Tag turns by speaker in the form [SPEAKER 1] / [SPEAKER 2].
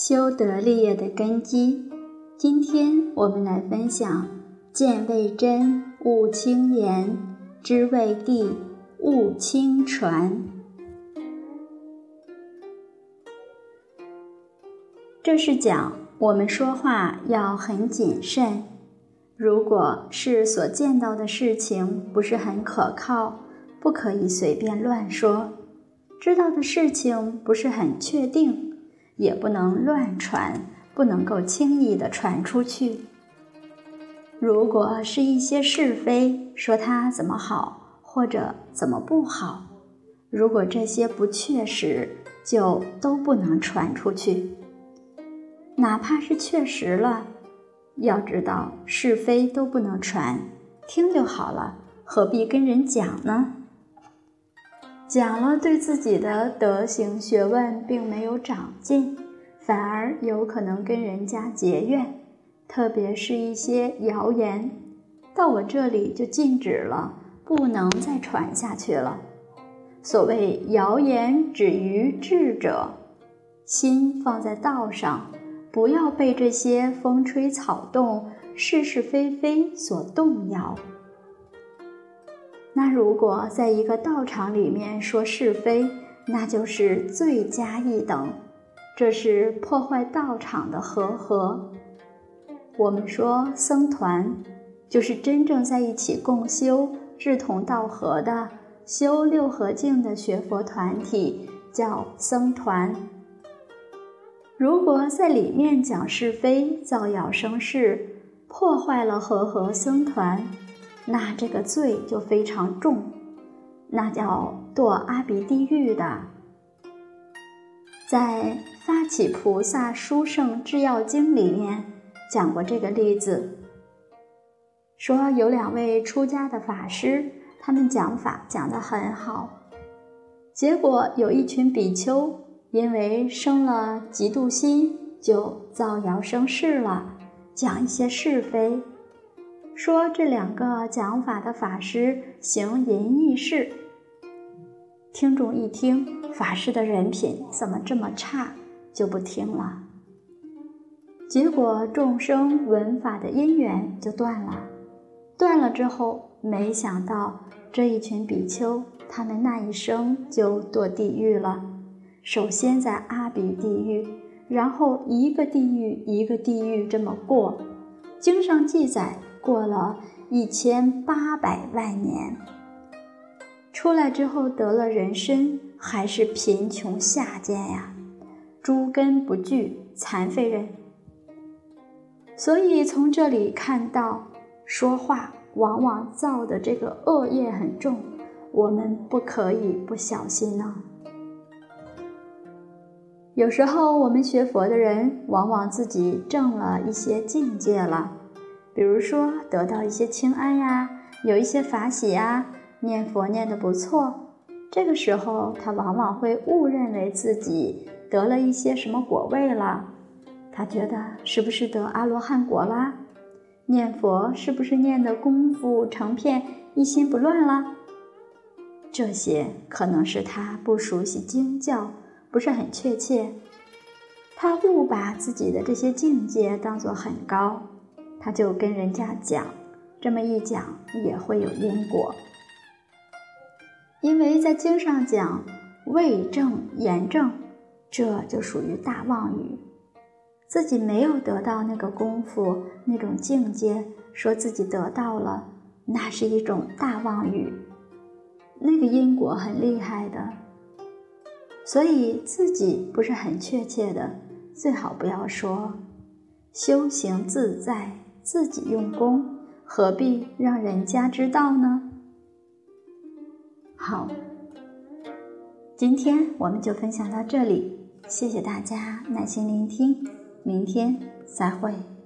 [SPEAKER 1] 修德立业的根基。今天我们来分享：见未真，勿轻言；知未地，勿轻传。这是讲我们说话要很谨慎，如果是所见到的事情不是很可靠，不可以随便乱说；知道的事情不是很确定，也不能乱传，不能够轻易地传出去。如果是一些是非，说它怎么好或者怎么不好，如果这些不确实，就都不能传出去。哪怕是确实了，要知道是非都不能传，听就好了，何必跟人讲呢？讲了对自己的德行学问并没有长进，反而有可能跟人家结怨，特别是一些谣言，到我这里就禁止了，不能再传下去了。所谓谣言止于智者，心放在道上，不要被这些风吹草动、是是非非所动摇。那如果在一个道场里面说是非，那就是罪加一等，这是破坏道场的和合。我们说僧团，就是真正在一起共修、志同道合的修六合敬的学佛团体，叫僧团。如果在里面讲是非、造谣生事，破坏了和合僧团，那这个罪就非常重，那叫堕阿鼻地狱的。在发起菩萨殊胜制要经里面讲过这个例子，说有2位出家的法师，他们讲法讲得很好，结果有一群比丘因为生了嫉妒心，就造谣生事了，讲一些是非，说这2个讲法的法师行淫逸事。听众一听，法师的人品怎么这么差，就不听了。结果众生闻法的因缘就断了，断了之后，没想到这一群比丘，他们那一生就堕地狱了。首先在阿鼻地狱，然后一个地狱一个地狱这么过，经上记载过了1800万年，出来之后得了人身，还是贫穷下贱呀，诸根不具，残废人。所以从这里看到，说话往往造的这个恶业很重，我们不可以不小心呢。有时候我们学佛的人，往往自己证了一些境界了，比如说得到一些清安呀，有一些法喜呀，念佛念得不错，这个时候他往往会误认为自己得了一些什么果位了，他觉得是不是得阿罗汉果啦？念佛是不是念得功夫成片，一心不乱啦？这些可能是他不熟悉经教，不是很确切，他误把自己的这些境界当作很高，他就跟人家讲，这么一讲也会有因果。因为在经上讲未证言证，这就属于大妄语，自己没有得到那个功夫，那种境界，说自己得到了，那是一种大妄语，那个因果很厉害的。所以自己不是很确切的，最好不要说。修行自在，自己用功，何必让人家知道呢？好，今天我们就分享到这里，谢谢大家耐心聆听，明天再会。